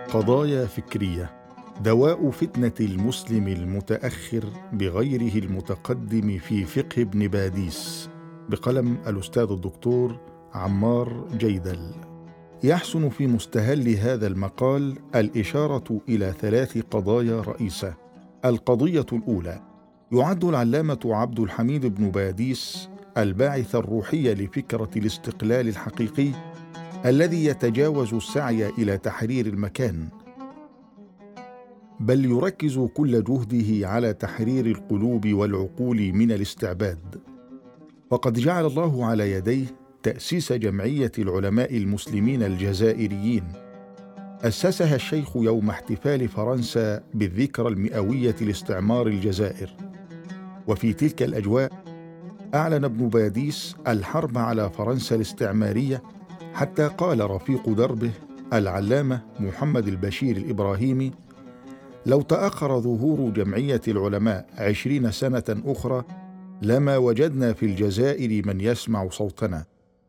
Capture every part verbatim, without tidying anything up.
قضايا فكرية، دواء فتنة المسلم المتأخر بغيره المتقدم في فقه ابن باديس، بقلم الأستاذ الدكتور عمار جيدل. يحسن في مستهل هذا المقال الإشارة إلى ثلاث قضايا رئيسة. القضية الأولى: يعد العلامة عبد الحميد بن باديس الباعث الروحي لفكرة الاستقلال الحقيقي الذي يتجاوز السعي إلى تحرير المكان، بل يركز كل جهده على تحرير القلوب والعقول من الاستعباد. وقد جعل الله على يديه تأسيس جمعية العلماء المسلمين الجزائريين، أسسها الشيخ يوم احتفال فرنسا بالذكرى المئوية لاستعمار الجزائر. وفي تلك الأجواء أعلن ابن باديس الحرب على فرنسا الاستعمارية، حتى قال رفيق دربه العلامة محمد البشير الإبراهيمي: لو تأخر ظهور جمعية العلماء عشرين سنة أخرى لما وجدنا في الجزائر من يسمع صوتنا.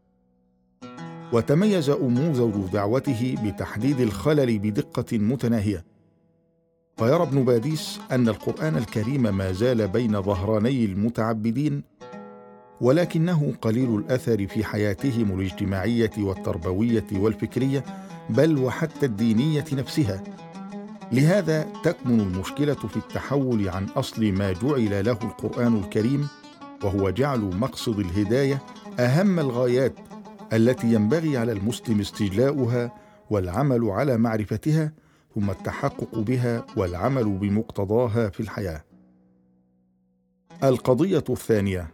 وتميز أنموذج دعوته بتحديد الخلل بدقة متناهية. فيرى ابن باديس أن القرآن الكريم ما زال بين ظهراني المتعبدين، ولكنه قليل الأثر في حياتهم الاجتماعية والتربوية والفكرية، بل وحتى الدينية نفسها. لهذا تكمن المشكلة في التحول عن أصل ما جعل له القرآن الكريم، وهو جعل مقصد الهداية أهم الغايات التي ينبغي على المسلم استجلاؤها والعمل على معرفتها، ثم التحقق بها والعمل بمقتضاها في الحياة. القضية الثانية: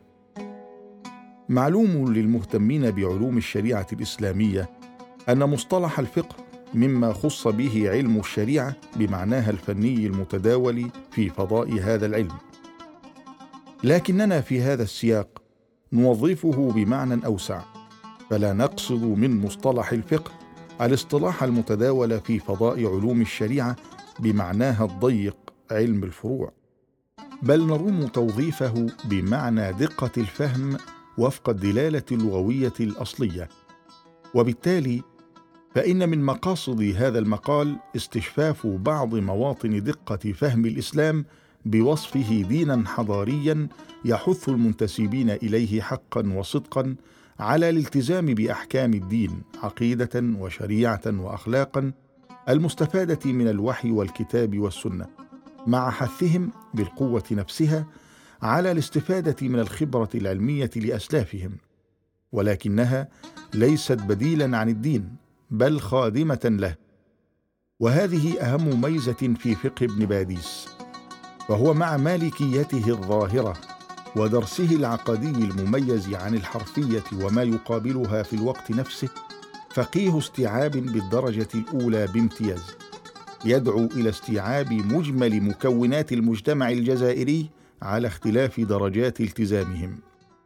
معلوم للمهتمين بعلوم الشريعة الإسلامية أن مصطلح الفقه مما خص به علم الشريعة بمعناها الفني المتداول في فضاء هذا العلم، لكننا في هذا السياق نوظفه بمعنى أوسع، فلا نقصد من مصطلح الفقه الاصطلاح المتداول في فضاء علوم الشريعة بمعناها الضيق علم الفروع، بل نروم توظيفه بمعنى دقة الفهم وفق الدلالة اللغوية الأصلية. وبالتالي فإن من مقاصد هذا المقال استشفاف بعض مواطن دقة فهم الإسلام بوصفه دينا حضاريا يحث المنتسبين إليه حقا وصدقا على الالتزام بأحكام الدين عقيدة وشريعة وأخلاقا المستفادة من الوحي والكتاب والسنة، مع حثهم بالقوة نفسها على الاستفادة من الخبرة العلمية لأسلافهم، ولكنها ليست بديلا عن الدين بل خادمة له. وهذه أهم ميزة في فقه ابن باديس، فهو مع مالكيته الظاهرة ودرسه العقدي المميز عن الحرفية وما يقابلها في الوقت نفسه فقيه استيعاب بالدرجة الأولى بامتياز، يدعو إلى استيعاب مجمل مكونات المجتمع الجزائري على اختلاف درجات التزامهم.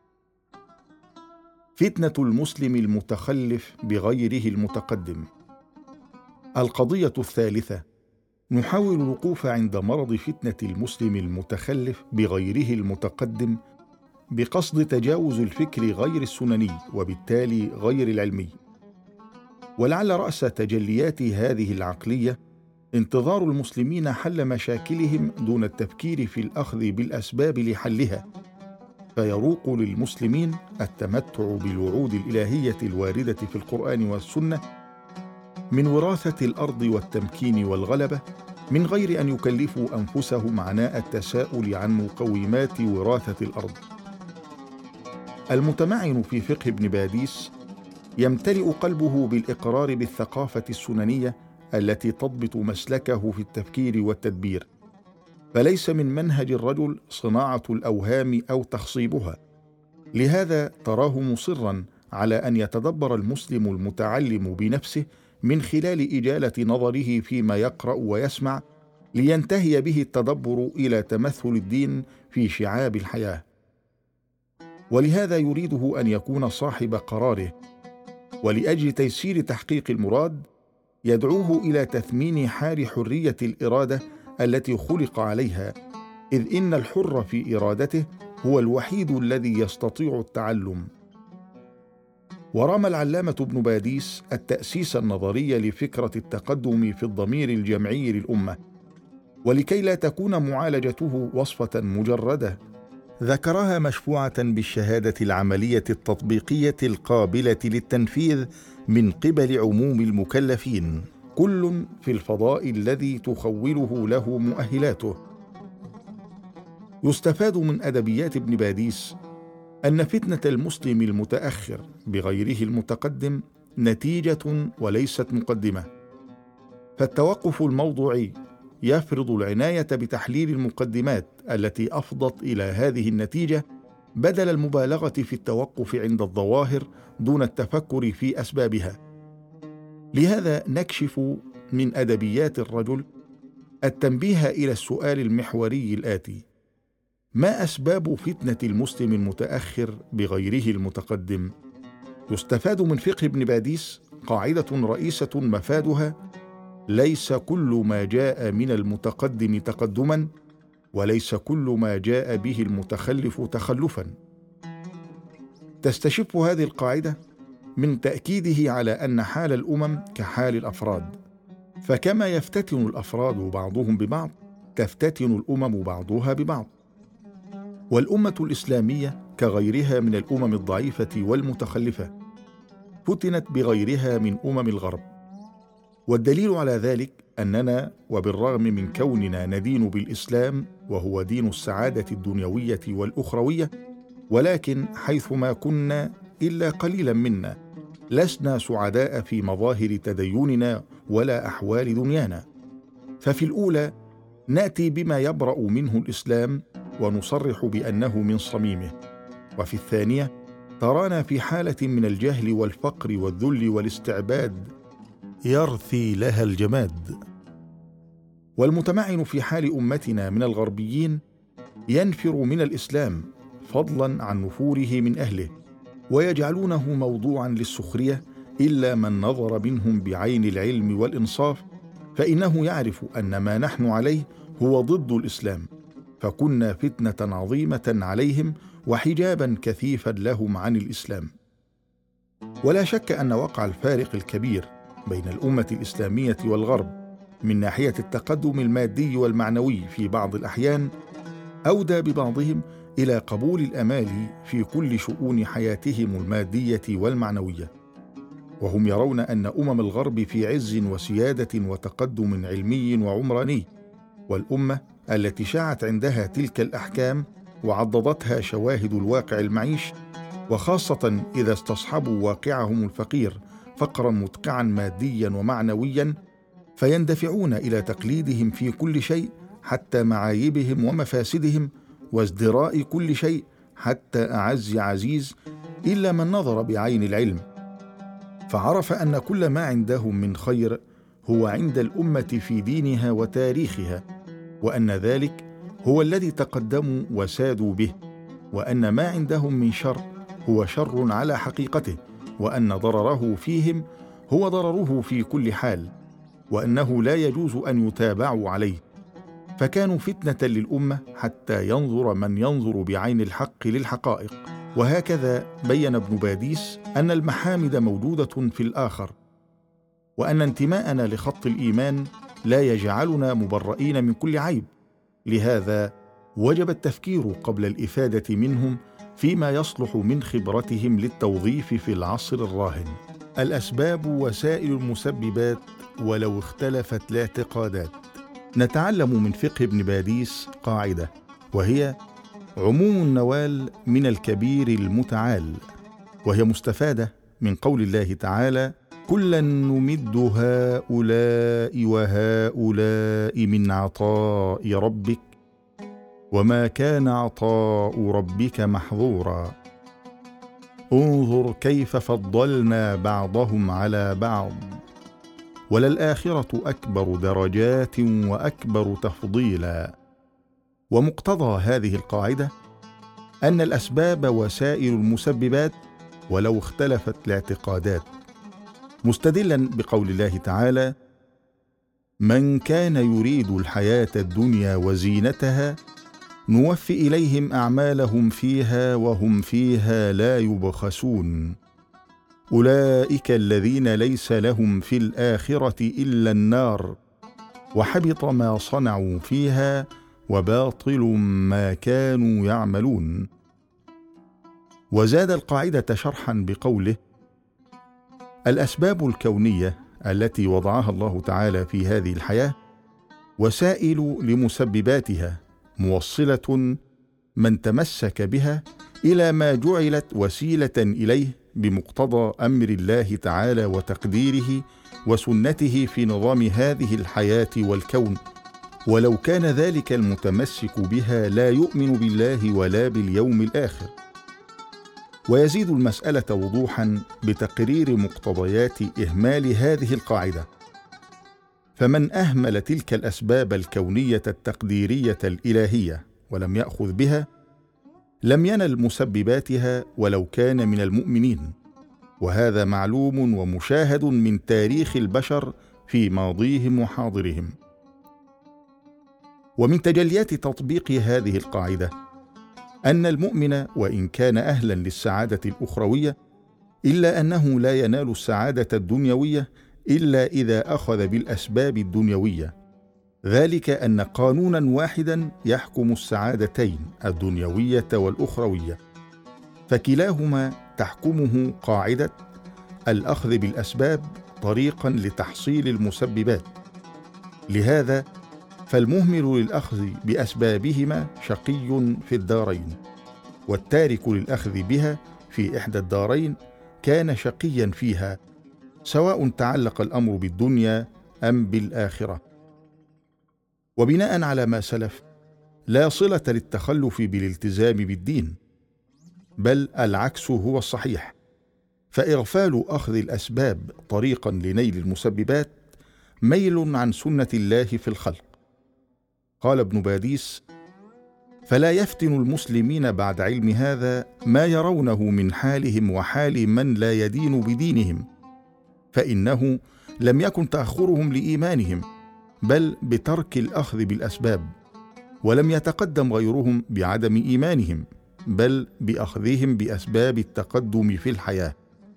فتنة المسلم المتخلف بغيره المتقدم. القضية الثالثة: نحاول الوقوف عند مرض فتنة المسلم المتخلف بغيره المتقدم بقصد تجاوز الفكر غير السنني وبالتالي غير العلمي. ولعل رأس تجليات هذه العقلية انتظار المسلمين حل مشاكلهم دون التفكير في الأخذ بالأسباب لحلها، فيروق للمسلمين التمتع بالوعود الإلهية الواردة في القرآن والسنة من وراثة الأرض والتمكين والغلبة، من غير أن يكلفوا أنفسهم عناء التساؤل عن مقومات وراثة الأرض. المتمعن في فقه ابن باديس يمتلئ قلبه بالإقرار بالثقافة السننية التي تضبط مسلكه في التفكير والتدبير، فليس من منهج الرجل صناعة الأوهام أو تخصيبها. لهذا تراه مصرا على أن يتدبر المسلم المتعلم بنفسه من خلال إجالة نظره فيما يقرأ ويسمع، لينتهي به التدبر إلى تمثل الدين في شعاب الحياة. ولهذا يريده أن يكون صاحب قراره، ولأجل تيسير تحقيق المراد يدعوه إلى تثمين حال حرية الإرادة التي خلق عليها، إذ إن الحر في إرادته هو الوحيد الذي يستطيع التعلم. ورام العلامة ابن باديس التأسيس النظري لفكرة التقدم في الضمير الجمعي للأمة، ولكي لا تكون معالجته وصفة مجردة ذكرها مشفوعة بالشهادة العملية التطبيقية القابلة للتنفيذ من قبل عموم المكلفين، كل في الفضاء الذي تخوله له مؤهلاته. يستفاد من أدبيات ابن باديس أن فتنة المسلم المتأخر بغيره المتقدم نتيجة وليست مقدمة، فالتوقف الموضوعي يفرض العناية بتحليل المقدمات التي أفضت إلى هذه النتيجة بدل المبالغة في التوقف عند الظواهر دون التفكر في أسبابها. لهذا نكشف من أدبيات الرجل التنبيه إلى السؤال المحوري الآتي: ما أسباب فتنة المسلم المتأخر بغيره المتقدم؟ يستفاد من فقه ابن باديس قاعدة رئيسة مفادها: ليس كل ما جاء من المتقدم تقدما، وليس كل ما جاء به المتخلف تخلفا. تستشف هذه القاعدة من تأكيده على أن حال الأمم كحال الأفراد، فكما يفتتن الأفراد بعضهم ببعض تفتتن الأمم بعضها ببعض، والأمة الإسلامية كغيرها من الأمم الضعيفة والمتخلفة فتنت بغيرها من أمم الغرب. والدليل على ذلك أننا وبالرغم من كوننا ندين بالإسلام وهو دين السعادة الدنيوية والأخروية، ولكن حيثما كنا إلا قليلا منا لسنا سعداء في مظاهر تديننا ولا أحوال دنيانا. ففي الأولى نأتي بما يبرأ منه الإسلام ونصرح بأنه من صميمه، وفي الثانية ترانا في حالة من الجهل والفقر والذل والاستعباد يرثي لها الجماد. والمتمعن في حال أمتنا من الغربيين ينفر من الإسلام فضلا عن نفوره من أهله، ويجعلونه موضوعا للسخرية إلا من نظر منهم بعين العلم والإنصاف، فإنه يعرف أن ما نحن عليه هو ضد الإسلام، فكنا فتنة عظيمة عليهم وحجابا كثيفا لهم عن الإسلام. ولا شك أن وقع الفارق الكبير بين الأمة الإسلامية والغرب من ناحية التقدم المادي والمعنوي في بعض الأحيان أودى ببعضهم إلى قبول الأمال في كل شؤون حياتهم المادية والمعنوية، وهم يرون أن أمم الغرب في عز وسيادة وتقدم علمي وعمراني، والأمة التي شاعت عندها تلك الأحكام وعضدتها شواهد الواقع المعيش، وخاصة إذا استصحبوا واقعهم الفقير فقرا مدقعا ماديا ومعنويا، فيندفعون إلى تقليدهم في كل شيء حتى معايبهم ومفاسدهم، وازدراء كل شيء حتى أعز عزيز، إلا من نظر بعين العلم فعرف أن كل ما عندهم من خير هو عند الأمة في دينها وتاريخها، وأن ذلك هو الذي تقدموا وسادوا به، وأن ما عندهم من شر هو شر على حقيقته، وأن ضرره فيهم هو ضرره في كل حال، وأنه لا يجوز أن يتابعوا عليه. فكانوا فتنة للأمة حتى ينظر من ينظر بعين الحق للحقائق. وهكذا بين ابن باديس أن المحامد موجودة في الآخر، وأن انتماءنا لخط الإيمان لا يجعلنا مبرئين من كل عيب. لهذا وجب التفكير قبل الإفادة منهم فيما يصلح من خبرتهم للتوظيف في العصر الراهن. الأسباب وسائل المسببات ولو اختلفت الاعتقادات. نتعلم من فقه ابن باديس قاعدة، وهي عموم النوال من الكبير المتعال، وهي مستفادة من قول الله تعالى: كلا نمد هؤلاء وهؤلاء من عطاء ربك وما كان عطاء ربك محظورا. انظر كيف فضلنا بعضهم على بعض وللآخرة أكبر درجات وأكبر تفضيلا. ومقتضى هذه القاعدة أن الأسباب وسائل المسببات ولو اختلفت الاعتقادات، مستدلا بقول الله تعالى: من كان يريد الحياة الدنيا وزينتها نوفي إليهم أعمالهم فيها وهم فيها لا يبخسون. أولئك الذين ليس لهم في الآخرة إلا النار وحبط ما صنعوا فيها وباطل ما كانوا يعملون. وزاد القاعدة شرحا بقوله: الأسباب الكونية التي وضعها الله تعالى في هذه الحياة وسائل لمسبباتها، موصلة من تمسك بها إلى ما جعلت وسيلة إليه بمقتضى أمر الله تعالى وتقديره وسنته في نظام هذه الحياة والكون، ولو كان ذلك المتمسك بها لا يؤمن بالله ولا باليوم الآخر. ويزيد المسألة وضوحا بتقرير مقتضيات إهمال هذه القاعدة، فمن أهمل تلك الأسباب الكونية التقديرية الإلهية ولم يأخذ بها لم ينل مسبباتها ولو كان من المؤمنين، وهذا معلوم ومشاهد من تاريخ البشر في ماضيهم وحاضرهم. ومن تجليات تطبيق هذه القاعدة أن المؤمن وإن كان أهلا للسعادة الأخروية إلا أنه لا ينال السعادة الدنيوية إلا إذا أخذ بالأسباب الدنيوية، ذلك أن قانونا واحدا يحكم السعادتين الدنيوية والأخروية، فكلاهما تحكمه قاعدة الأخذ بالأسباب طريقا لتحصيل المسببات. لهذا فالمهمل للأخذ بأسبابهما شقي في الدارين، والتارك للأخذ بها في إحدى الدارين كان شقيا فيها، سواء تعلق الأمر بالدنيا أم بالآخرة. وبناء على ما سلف لا صلة للتخلف بالالتزام بالدين، بل العكس هو الصحيح، فإغفال أخذ الأسباب طريقا لنيل المسببات ميل عن سنة الله في الخلق. قال ابن باديس: فلا يفتن المسلمين بعد علم هذا ما يرونه من حالهم وحال من لا يدين بدينهم، فإنه لم يكن تأخرهم لإيمانهم بل بترك الأخذ بالأسباب، ولم يتقدم غيرهم بعدم إيمانهم بل بأخذهم بأسباب التقدم في الحياة.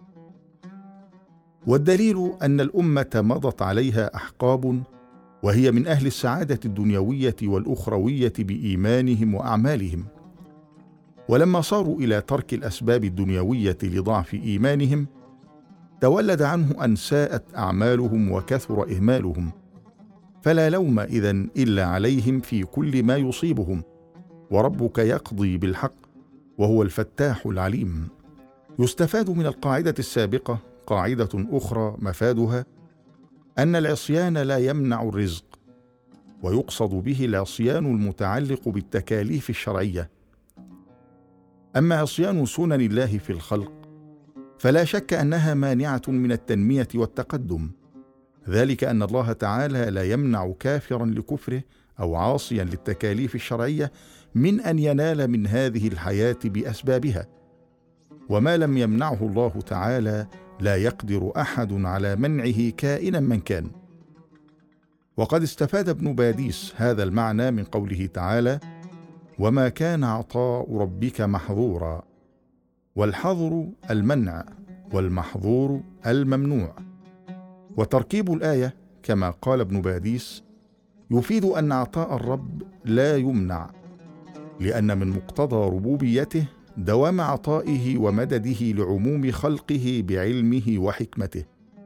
والدليل أن الأمة مضت عليها أحقاب وهي من أهل السعادة الدنيوية والأخروية بإيمانهم وأعمالهم، ولما صاروا إلى ترك الأسباب الدنيوية لضعف إيمانهم تولد عنه أن ساءت أعمالهم وكثر إهمالهم، فلا لوم إذن إلا عليهم في كل ما يصيبهم، وربك يقضي بالحق وهو الفتاح العليم. يستفاد من القاعدة السابقة قاعدة أخرى مفادها أن العصيان لا يمنع الرزق، ويقصد به العصيان المتعلق بالتكاليف الشرعية. أما عصيان سنن الله في الخلق فلا شك أنها مانعة من التنمية والتقدم، ذلك أن الله تعالى لا يمنع كافرا لكفره أو عاصيا للتكاليف الشرعية من أن ينال من هذه الحياة بأسبابها، وما لم يمنعه الله تعالى لا يقدر أحد على منعه كائنا من كان. وقد استفاد ابن باديس هذا المعنى من قوله تعالى: وما كان عطاء ربك محظورا، والحظر المنع والمحظور الممنوع. وتركيب الآية كما قال ابن باديس يفيد أن عطاء الرب لا يمنع، لأن من مقتضى ربوبيته دوام عطائه ومدده لعموم خلقه بعلمه وحكمته.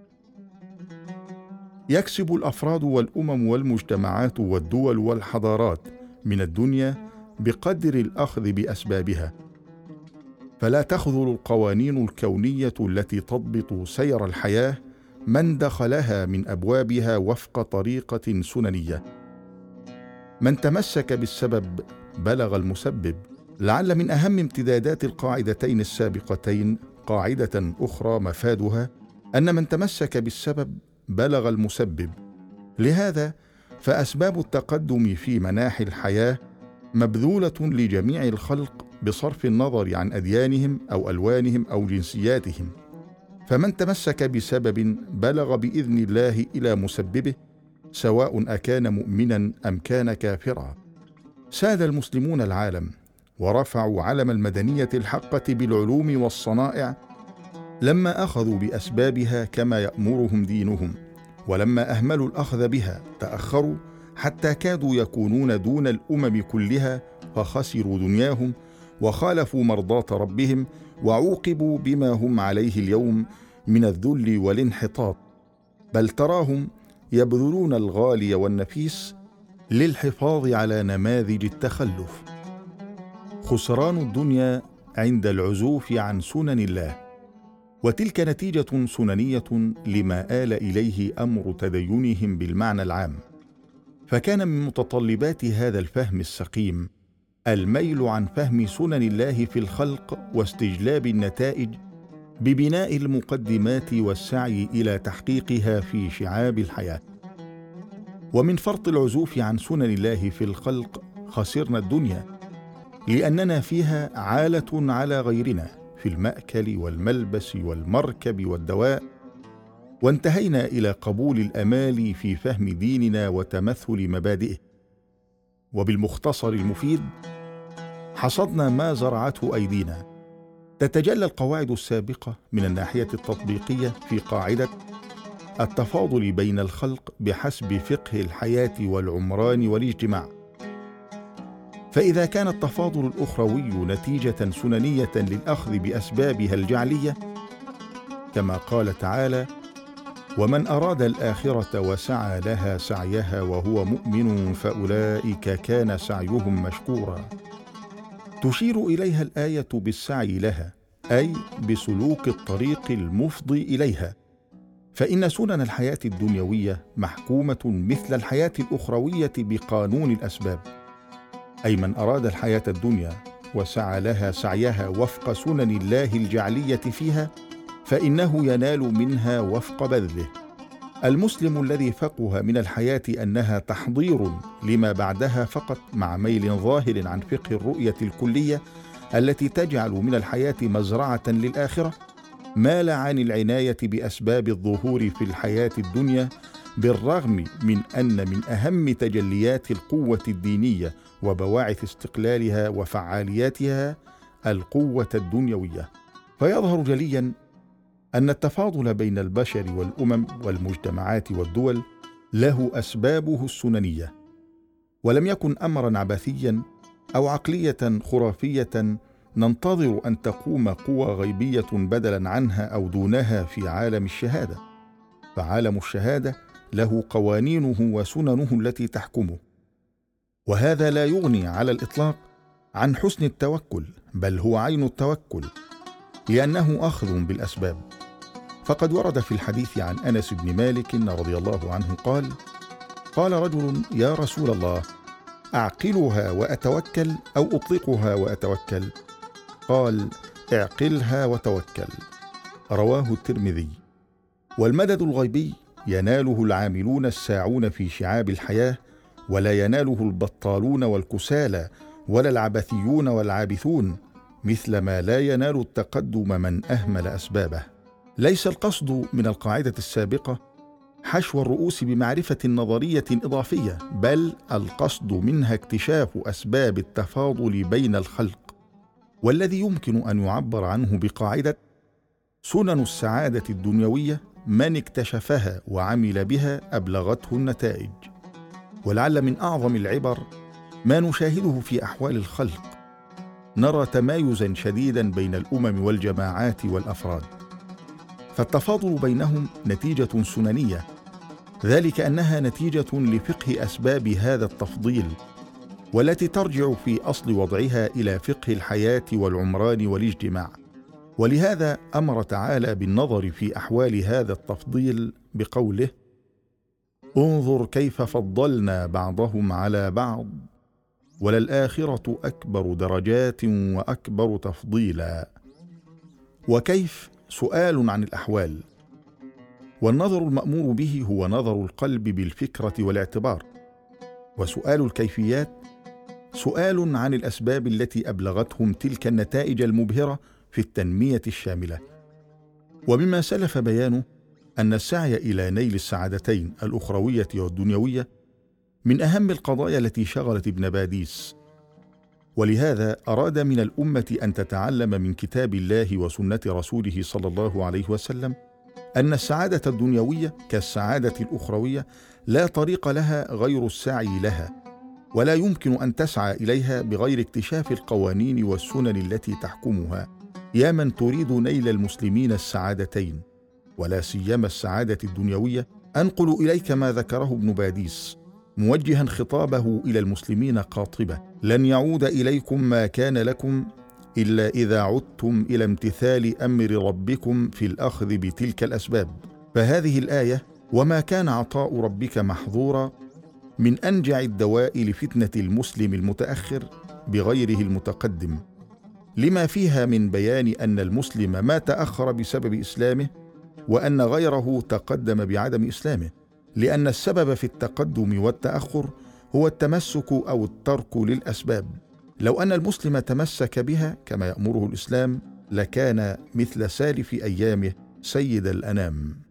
يكسب الأفراد والأمم والمجتمعات والدول والحضارات من الدنيا بقدر الأخذ بأسبابها، فلا تخذل القوانين الكونية التي تضبط سير الحياة من دخلها من أبوابها وفق طريقة سننية. من تمسك بالسبب بلغ المسبب. لعل من أهم امتدادات القاعدتين السابقتين قاعدة أخرى مفادها أن من تمسك بالسبب بلغ المسبب. لهذا فأسباب التقدم في مناحي الحياة مبذولة لجميع الخلق بصرف النظر عن أديانهم أو ألوانهم أو جنسياتهم، فمن تمسك بسبب بلغ بإذن الله إلى مسببه سواء أكان مؤمنا أم كان كافرا. ساد المسلمون العالم ورفعوا علم المدنية الحقة بالعلوم والصنائع لما أخذوا بأسبابها كما يأمرهم دينهم، ولما أهملوا الأخذ بها تأخروا حتى كادوا يكونون دون الأمم كلها، فخسروا دنياهم وخالفوا مرضاة ربهم، وعوقبوا بما هم عليه اليوم من الذل والانحطاط، بل تراهم يبذلون الغالي والنفيس للحفاظ على نماذج التخلف. خسران الدنيا عند العزوف عن سنن الله، وتلك نتيجة سننية لما آل إليه أمر تدينهم بالمعنى العام. فكان من متطلبات هذا الفهم السقيم الميل عن فهم سنن الله في الخلق واستجلاب النتائج ببناء المقدمات والسعي إلى تحقيقها في شعاب الحياة. ومن فرط العزوف عن سنن الله في الخلق خسرنا الدنيا، لأننا فيها عالة على غيرنا في المأكل والملبس والمركب والدواء، وانتهينا إلى قبول الأمال في فهم ديننا وتمثل مبادئه. وبالمختصر المفيد حصدنا ما زرعته أيدينا. تتجلى القواعد السابقة من الناحية التطبيقية في قاعدة التفاضل بين الخلق بحسب فقه الحياة والعمران والاجتماع. فإذا كان التفاضل الأخروي نتيجة سننية للأخذ بأسبابها الجعلية، كما قال تعالى: ومن أراد الآخرة وسعى لها سعيها وهو مؤمن فأولئك كان سعيهم مشكورا، تشير إليها الآية بالسعي لها، أي بسلوك الطريق المفضي إليها. فإن سنن الحياة الدنيوية محكومة مثل الحياة الأخروية بقانون الأسباب، أي من أراد الحياة الدنيا وسعى لها سعيها وفق سنن الله الجعلية فيها، فإنه ينال منها وفق بذله. المسلم الذي فقه من الحياة أنها تحضير لما بعدها فقط، مع ميل ظاهر عن فقه الرؤية الكلية التي تجعل من الحياة مزرعة للآخرة، مال عن العناية بأسباب الظهور في الحياة الدنيا، بالرغم من أن من أهم تجليات القوة الدينية وبواعث استقلالها وفعالياتها القوة الدنيوية. فيظهر جليا أن التفاضل بين البشر والأمم والمجتمعات والدول له أسبابه السننية، ولم يكن أمرا عبثيا أو عقلية خرافية ننتظر أن تقوم قوى غيبية بدلا عنها أو دونها في عالم الشهادة. فعالم الشهادة له قوانينه وسننه التي تحكمه، وهذا لا يغني على الإطلاق عن حسن التوكل، بل هو عين التوكل، لأنه أخذ بالأسباب. فقد ورد في الحديث عن أنس بن مالك رضي الله عنه قال: قال رجل: يا رسول الله، أعقلها وأتوكل أو أطلقها وأتوكل؟ قال: اعقلها وتوكل. رواه الترمذي. والمدد الغيبي يناله العاملون الساعون في شعاب الحياة، ولا يناله البطالون والكسالى ولا العبثيون والعابثون، مثل ما لا ينال التقدم من أهمل أسبابه. ليس القصد من القاعدة السابقة حشو الرؤوس بمعرفة نظرية إضافية، بل القصد منها اكتشاف أسباب التفاضل بين الخلق، والذي يمكن أن يعبر عنه بقاعدة سنن السعادة الدنيوية من اكتشفها وعمل بها أبلغته النتائج. ولعل من أعظم العبر ما نشاهده في أحوال الخلق، نرى تمايزا شديدا بين الأمم والجماعات والأفراد، فالتفاضل بينهم نتيجة سننية، ذلك أنها نتيجة لفقه أسباب هذا التفضيل، والتي ترجع في أصل وضعها إلى فقه الحياة والعمران والاجتماع. ولهذا أمر تعالى بالنظر في أحوال هذا التفضيل بقوله: انظر كيف فضلنا بعضهم على بعض وللآخرة أكبر درجات وأكبر تفضيلا. وكيف سؤال عن الأحوال، والنظر المأمور به هو نظر القلب بالفكرة والاعتبار، وسؤال الكيفيات سؤال عن الأسباب التي أبلغتهم تلك النتائج المبهرة في التنمية الشاملة. ومما سلف بيانه أن السعي إلى نيل السعادتين الأخروية والدنيوية من أهم القضايا التي شغلت ابن باديس، ولهذا أراد من الأمة أن تتعلم من كتاب الله وسنة رسوله صلى الله عليه وسلم أن السعادة الدنيوية كالسعادة الأخروية لا طريق لها غير السعي لها، ولا يمكن أن تسعى إليها بغير اكتشاف القوانين والسنن التي تحكمها. يا من تريد نيل المسلمين السعادتين ولا سيما السعادة الدنيوية، أنقل إليك ما ذكره ابن باديس موجها خطابه إلى المسلمين قاطبة: لن يعود إليكم ما كان لكم إلا إذا عدتم إلى امتثال أمر ربكم في الأخذ بتلك الأسباب. فهذه الآية وما كان عطاء ربك محظورا من أنجع الدواء لفتنة المسلم المتأخر بغيره المتقدم، لما فيها من بيان أن المسلم ما تأخر بسبب إسلامه وأن غيره تقدم بعدم إسلامه، لأن السبب في التقدم والتأخر هو التمسك أو الترك للأسباب. لو أن المسلم تمسك بها كما يأمره الإسلام لكان مثل سالف أيامه سيد الأنام.